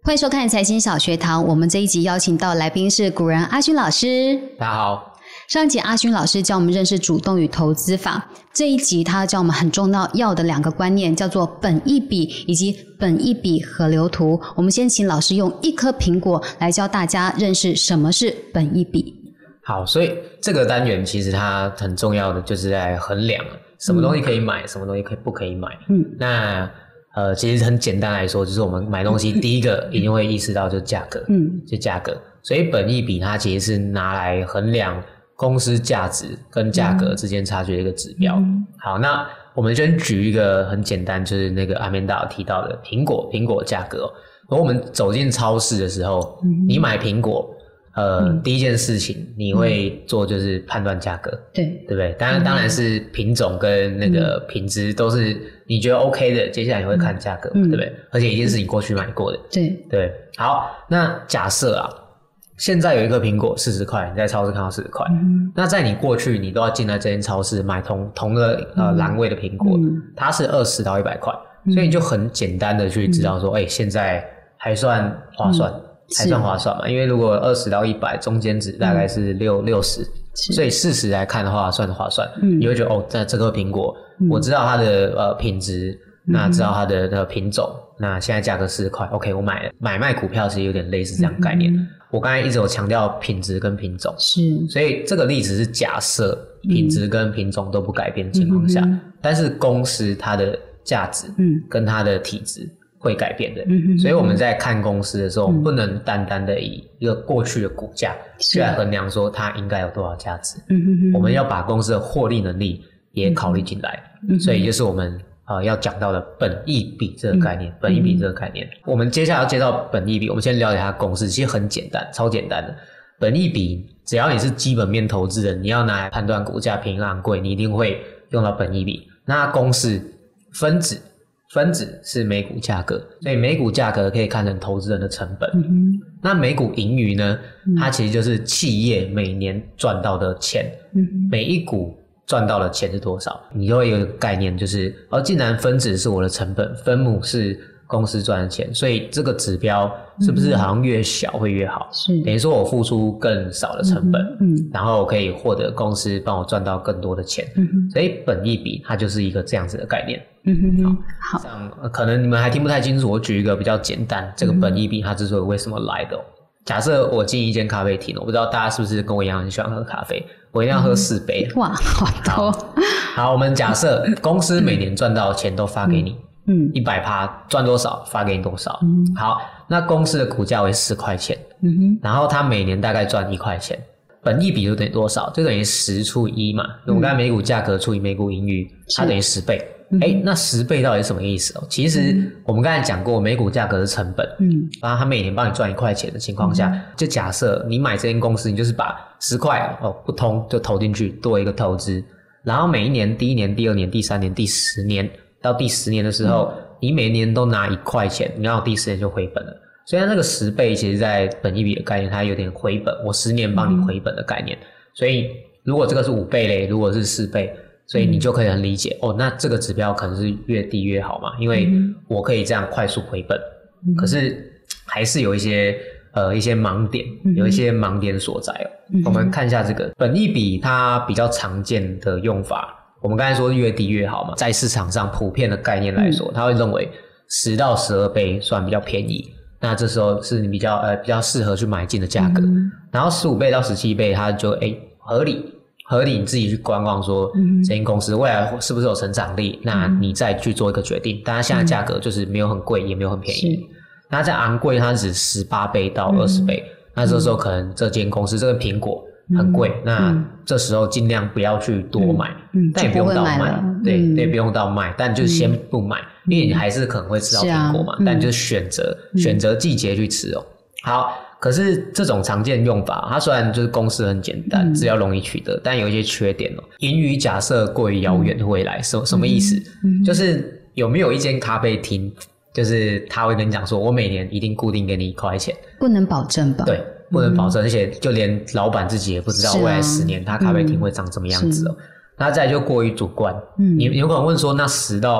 欢迎收看财经小学堂，我们这一集邀请到来宾是古人阿勋老师。 大家好。 上一集阿勋老师教我们认识主动与投资法，这一集他教我们很重要的两个观念，叫做本益比以及本益比河流图。我们先请老师用一颗苹果来教大家认识什么是本益比。 好，所以这个单元其实它很重要的就是在衡量什么东西可以买，什么东西不可以买。那其实很简单来说，就是我们买东西第一个一定会意识到就是价格，就价格。所以本益比它其实是拿来衡量公司价值跟价格之间差距的一个指标。好，那我们先举一个很简单，就是那个阿曼达提到的苹果价格。而我们走进超市的时候，你买苹果，第一件事情你会做就是判断价格，对不对？当然是品种跟那个品质都是你觉得 OK 的，接下来你会看价格，对不对？而且一定是你过去买过的，对。好，那假设现在有一颗苹果40块，你在超市看到40块，那在你过去你都要进来这间超市买同个栏位的苹果，它是20到100块，所以你就很简单的去知道说，现在还算划算。还算划算嘛？因为如果20到100中间值大概是60，所以40来看的话算划算。你会觉得在这颗苹果，我知道它的品质，那知道它的品种，那现在价格40块 ，OK， 我买了。买卖股票其实有点类似这样的概念。我刚才一直有强调品质跟品种，所以这个例子是假设品质跟品种都不改变的情况下，但是公司它的价值跟它的体质会改变的，所以我们在看公司的时候，我们不能单单的以一个过去的股价去来衡量说它应该有多少价值，我们要把公司的获利能力也考虑进来，所以就是我们要讲到的本益比这个概念，本益比这个概念，我们接下来要介绍本益比，我们先了解它的公式，其实很简单，超简单的。本益比只要你是基本面投资人，你要拿来判断股价便宜昂贵，你一定会用到本益比。那公式分子是每股价格，所以每股价格可以看成投资人的成本。那每股盈余呢，它其实就是企业每年赚到的钱，每一股赚到的钱是多少，你就会有一个概念，就是既然分子是我的成本，分母是公司赚的钱，所以这个指标是不是好像越小会越好？等于说我付出更少的成本，然后我可以获得公司帮我赚到更多的钱，所以本益比它就是一个这样子的概念。好，像可能你们还听不太清楚，我举一个比较简单，这个本益比它之所以为什么来的假设我进一间咖啡厅，我不知道大家是不是跟我一样很喜欢喝咖啡，我一定要喝4杯。 哇，好多。 好，我们假设公司每年赚到的钱都发给你，100%赚多少发给你多少。好，那公司的股价为10块钱，然后它每年大概赚1块钱，本益比就等于多少？就等于10除以1嘛。我们刚才每股价格除以每股盈余，它等于10倍。那10倍到底是什么意思？其实我们刚才讲过，每股价格是成本，然后它每年帮你赚1块钱的情况下，就假设你买这间公司，你就是把10块不通就投进去，多一个投资，然后每一年，第1年、第2年、第3年、第10年，到第10年的时候，你每年都拿1块钱，你到第10年就回本了。所以它那个10倍，其实在本益比的概念，它有点回本，我10年帮你回本的概念。所以如果这个是5倍嘞，如果是4倍。所以你就可以很理解那这个指标可能是越低越好嘛，因为我可以这样快速回本，可是还是有一些盲点，有一些盲点所在我们看一下这个本益比，它比较常见的用法，我们刚才说越低越好嘛，在市场上普遍的概念来说，他会认为10到12倍算比较便宜，那这时候是你比较适合去买进的价格，然后15倍到17倍，它就合理，你自己去观望说这间公司未来是不是有成长力，那你再去做一个决定。但它现在价格就是没有很贵，也没有很便宜。那在昂贵，它是18倍到20倍，那这时候可能这间公司这个苹果很贵，那这时候尽量不要去多买，但也不用到卖，对，不用到卖，但就是先不买，因为你还是可能会吃到苹果嘛，但就是选择季节去吃好。可是这种常见用法，它虽然就是公式很简单，资料容易取得，但有一些缺点盈余假设过于遥远的未来，什么意思？就是有没有一间咖啡厅，就是他会跟你讲说，我每年一定固定给你1块钱， 不能保证吧？ 对，不能保证，而且就连老板自己也不知道未来10年他咖啡厅会长什么样子那再来就过于主观，你有可能问说，那10到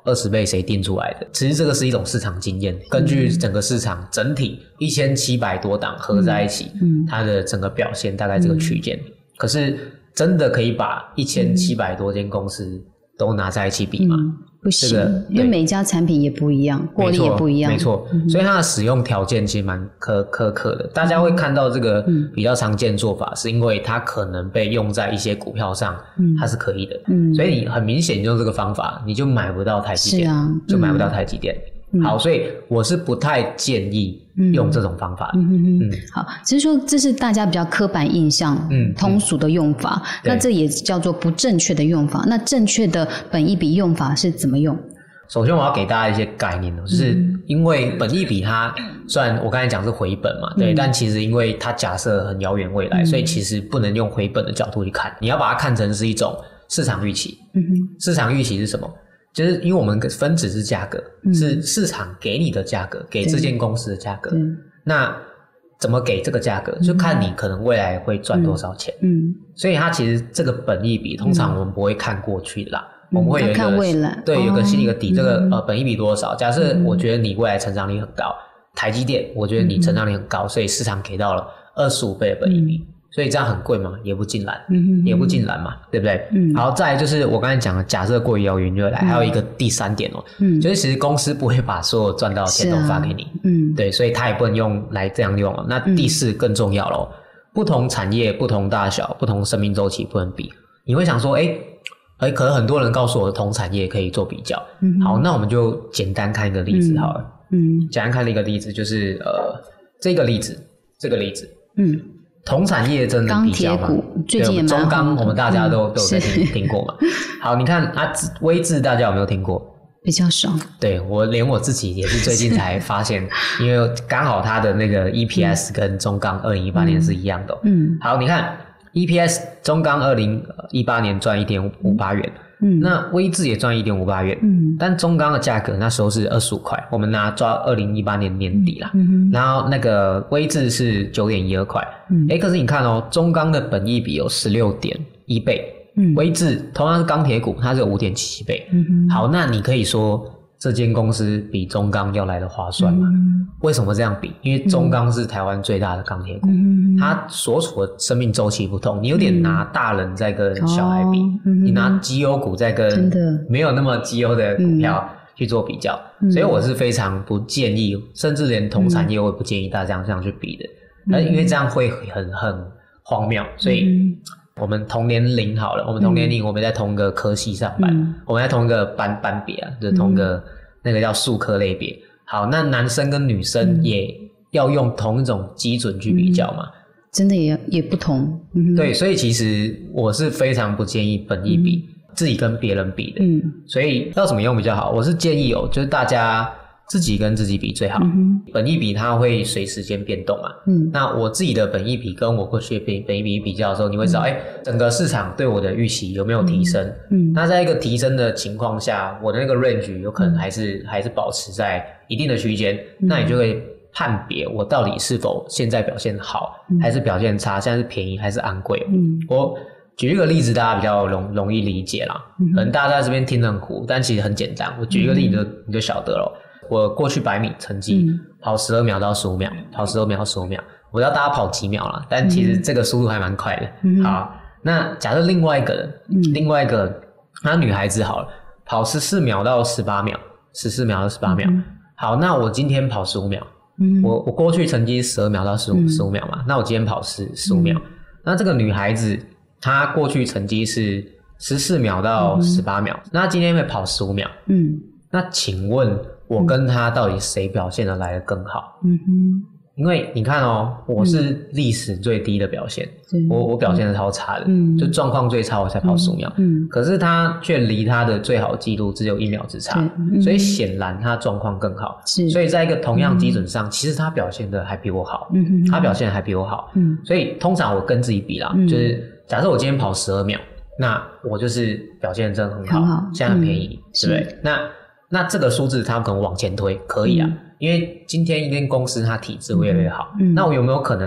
20倍谁定出来的？其实这个是一种市场经验，根据整个市场整体1700多档合在一起，它的整个表现大概这个区间。可是真的可以把1700多间公司都拿在一起比吗？ 不行，因为每一家产品也不一样，获利也不一样， 没错，所以它的使用条件其实蛮苛刻的。大家会看到这个比较常见的做法，是因为它可能被用在一些股票上，它是可以的。所以你很明显用这个方法，你就买不到台积电，就买不到台积电。好，所以我是不太建议用这种方法的。 好，只是说这是大家比较刻板印象，通俗的用法，那这也叫做不正确的用法。那正确的本益比用法是怎么用？ 首先我要给大家一些概念，就是因为本益比它虽然我刚才讲是回本嘛，对，但其实因为它假设很遥远未来，所以其实不能用回本的角度去看，你要把它看成是一种市场预期。市场预期是什么？就是因为我们分只是价格，是市场给你的价格，给这间公司的价格。那怎么给这个价格，就看你可能未来会赚多少钱。所以它其实这个本益比，通常我们不会看过去的啦，我们会有一个看未来， 对，有个心里有个底。这个本益比多少？假设我觉得你未来成长率很高，台积电，我觉得你成长率很高，所以市场给到了25倍的本益比。所以这样很贵吗？也不尽然，也不尽然嘛，对不对？好，再来就是我刚才讲的，假设过于遥远未来，还有一个第3点就是其实公司不会把所有赚到的钱都发给你，对，所以它也不能用来这样用了。那第4更重要咯，不同产业、不同大小、不同生命周期不能比。你会想说，可能很多人告诉我同产业可以做比较，好，那我们就简单看一个例子好了，简单看一个例子就是这个例子，同产业真的比较吗？ 钢铁股最近也蛮中钢，我们大家都有在听过嘛。好，你看威致大家有没有听过？ 比较少。对， 连我自己也是最近才发现，因为刚好它的那个 EPS 跟中钢2018年是一样的。好，你看 EPS 中钢2018年赚 1.58 元。那威致也赚 1.58 元，但中钢的价格那时候是25块，我们抓2018年年底啦，然后那个威致是 9.12 块，可是你看中钢的本益比有 16.1 倍，威致同样是钢铁股，它是有 5.77 倍，好，那你可以说这间公司比中钢要来的划算吗？为什么这样比？因为中钢是台湾最大的钢铁股，它所处的生命周期不同，你有点拿大人在跟小孩比，你拿绩优股在跟没有那么绩优的股票去做比较，所以我是非常不建议，甚至连同产业我也不建议大家这样去比的，因为这样会很荒谬，所以我们同年龄好了，我们在同一个科系上班，我们在同一个班别啊，就是同一个那个叫数科类别。好，那男生跟女生也要用同一种基准去比较嘛？ 真的也不同。 对，所以其实我是非常不建议本益比自己跟别人比的。所以要怎么用比较好？我是建议就是大家自己跟自己比最好。本益比它会随时间变动嘛。那我自己的本益比跟我过去的本益比比较的时候，你会知道，整个市场对我的预期有没有提升？那在一个提升的情况下，我的那个 range 有可能还是保持在一定的区间，那你就会判别我到底是否现在表现好，还是表现差，现在是便宜还是昂贵。我举一个例子，大家比较容易理解啦。可能大家在这边听得很苦，但其实很简单。我举一个例子你就晓得了。我过去100米成绩跑12秒到15秒，跑12秒到15秒，我知道大家跑几秒啦，但其实这个速度还蛮快的。好，那假设另外一个那女孩子好了，跑14秒到18秒，14秒到18秒。好，那我今天跑15秒，我过去成绩12秒到15秒嘛，那我今天跑15秒。那这个女孩子她过去成绩是14秒到18秒，那她今天会跑15秒。那请问我跟她到底谁表现得来得更好？因为你看我是历史最低的表现，我表现得超差的，就状况最差我才跑15秒，可是他却离他的最好纪录只有1秒之差，所以显然他状况更好，所以在一个同样基准上，其实他表现得还比我好，所以通常我跟自己比啦，就是假设我今天跑12秒，那我就是表现得真的很好，现在很便宜，对不对？那这个数字它可能往前推可以啊，因为今天一间公司它体质会越来越好，那我有没有可能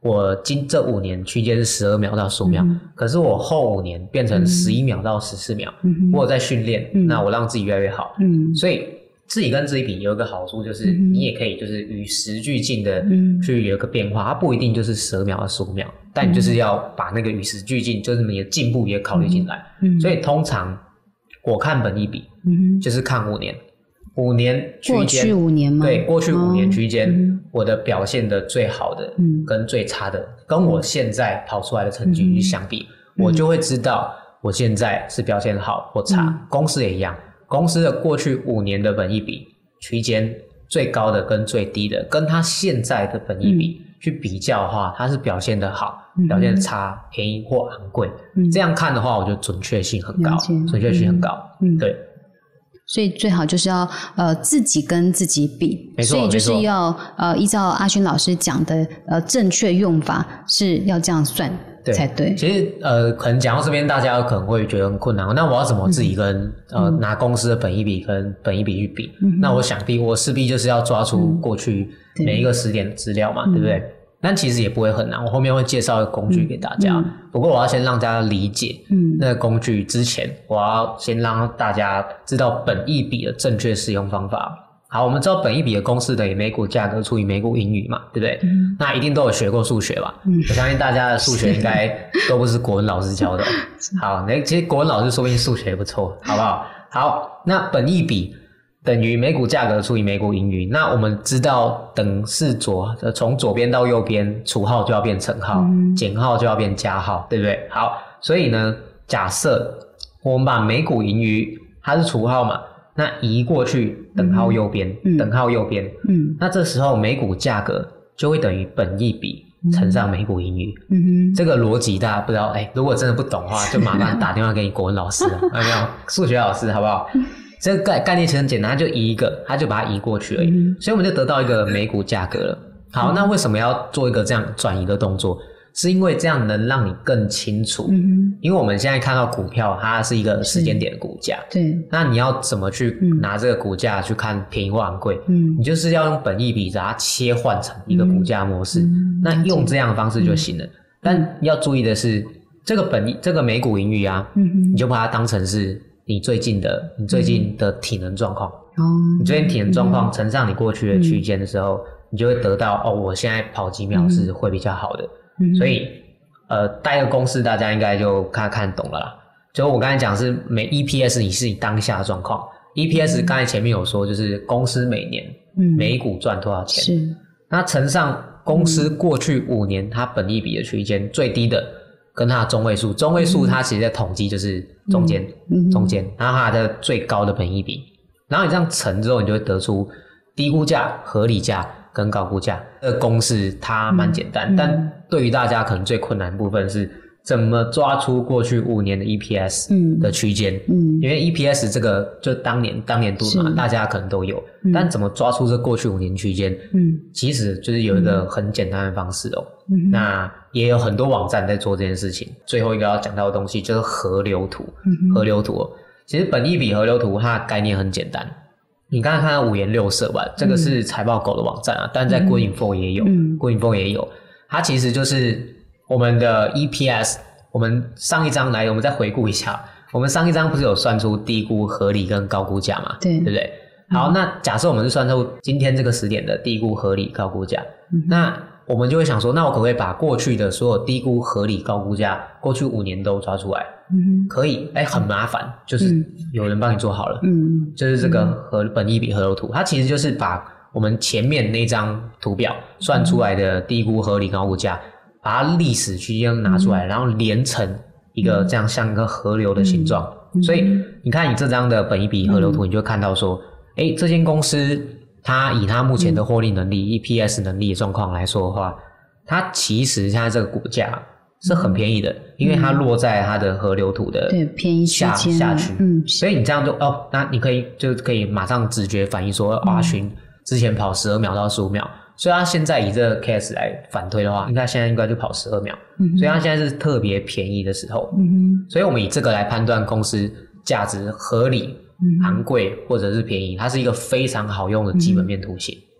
我这5年区间是12秒到15秒，可是我后5年变成11秒到14秒，我有在训练，那我让自己越来越好，所以自己跟自己比有一个好处就是你也可以就是与时俱进的去有一个变化，它不一定就是12秒到15秒，但你就是要把那个与时俱进，就是你的进步也考虑进来，所以通常我看本益比就是看5年，5年区间， 过去5年吗？ 对，过去5年区间，我的表现的最好的跟最差的，跟我现在跑出来的成绩去相比，我就会知道我现在是表现好或差。公司也一样，公司的过去5年的本益比区间最高的跟最低的，跟它现在的本益比去比较的话，它是表现的好，表现的差，便宜或昂贵。这样看的话，我觉得准确性很高，准确性很高。对。 所以最好就是要自己跟自己比， 没错， 所以就是要依照阿勋老师讲的正确用法是要这样算才对。 其实可能讲到这边，大家可能会觉得很困难。那我要怎么自己跟拿公司的本益比跟本益比去比？那我想必我势必就是要抓出过去每一个时点的资料嘛，对不对？但其实也不会很难，我后面会介绍一个工具给大家。不过我要先让大家理解那个工具之前，我要先让大家知道本益比的正确使用方法。好，我们知道本益比的公式等于每股价格除以每股盈余嘛，对不对？那一定都有学过数学吧？我相信大家的数学应该都不是国文老师教的。好，其实国文老师说不定数学也不错，好不好？好，那本益比等于每股价格除以每股盈余。那我们知道等式从左边到右边，除号就要变乘号，减号就要变加号，对不对？好，所以呢，假设我们把每股盈余它是除号嘛，那移过去等号右边，等号右边，那这时候每股价格就会等于本益比乘上每股盈余。这个逻辑大家不知道，如果真的不懂的话，就麻烦打电话给你国文老师了，有没有？数学老师，好不好？这个概念其实很简单，它就移一个，它就把它移过去而已，所以我们就得到一个每股价格了。好，那为什么要做一个这样转移的动作？是因为这样能让你更清楚，因为我们现在看到股票它是一个时间点的股价， 对， 那你要怎么去拿这个股价去看便宜或昂贵？你就是要用本益比把它切换成一个股价模式，那用这样的方式就行了。但要注意的是，这个每股盈余啊，你就把它当成是你最近的体能状况，你最近体能状况乘上你过去的区间的时候，你就会得到我现在跑几秒是会比较好的。所以带个公式大家应该就看懂了啦。就我刚才讲是每 EPS 你是你当下的状况 ，EPS 刚才前面有说就是公司每年每一股赚多少钱，是那乘上公司过去5年它本益比的区间最低的跟它的中位数，中位数它其实在统计就是中间，然后它的最高的本益比，然后你这样乘之后，你就会得出低估价、合理价跟高估价。这个公式它蛮简单，但对于大家可能最困难的部分是怎么抓出过去5年的 EPS 的区间，因为 EPS 这个就当年度嘛，大家可能都有，但怎么抓出这过去5年区间，其实就是有一个很简单的方式哦。那也有很多网站在做这件事情。最后一个要讲到的东西就是河流图，河流图哦，其实本益比河流图它的概念很简单。你刚才看到5颜6色吧，这个是财报狗的网站啊，但在 Good Info 也有，Good Info 也有。它其实就是我们的 EPS， 我们上一章来，我们再回顾一下，我们上一章不是有算出低估、合理跟高估价嘛？对不对？好，那假设我们是算出今天这个时点的低估、合理、高估价，那我们就会想说，那我可不可以把过去的所有低估、合理、高估价，过去5年都抓出来？可以，很麻烦，就是有人帮你做好了，就是这个本益比河流图，它其实就是把我们前面那张图表算出来的低估、合理、高估价，把它历史区间拿出来，然后连成一个这样像一个河流的形状。所以你看你这张的本益比河流图，你就会看到说，这间公司它以它目前的获利能力、EPS 能力的状况来说的话，它其实现在这个股价是很便宜的，因为它落在它的河流图的便宜区间下区，所以你这样就那你可以马上直觉反应说，阿勋之前跑12秒到15秒，所以他现在以这个 case 来反推的话，现在应该就跑12秒，所以他现在是特别便宜的时候，所以我们以这个来判断公司价值合理、昂贵或者是便宜，它是一个非常好用的基本面图形。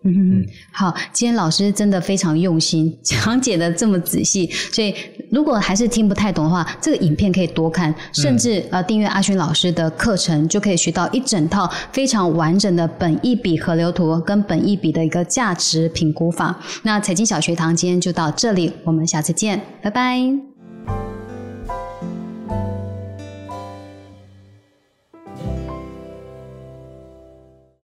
好，今天老师真的非常用心，讲解的这么仔细，所以如果还是听不太懂的话，这个影片可以多看，甚至订阅阿勋老师的课程，就可以学到一整套非常完整的本益比河流图跟本益比的一个价值评估法。那财经小学堂今天就到这里，我们下次见，拜拜。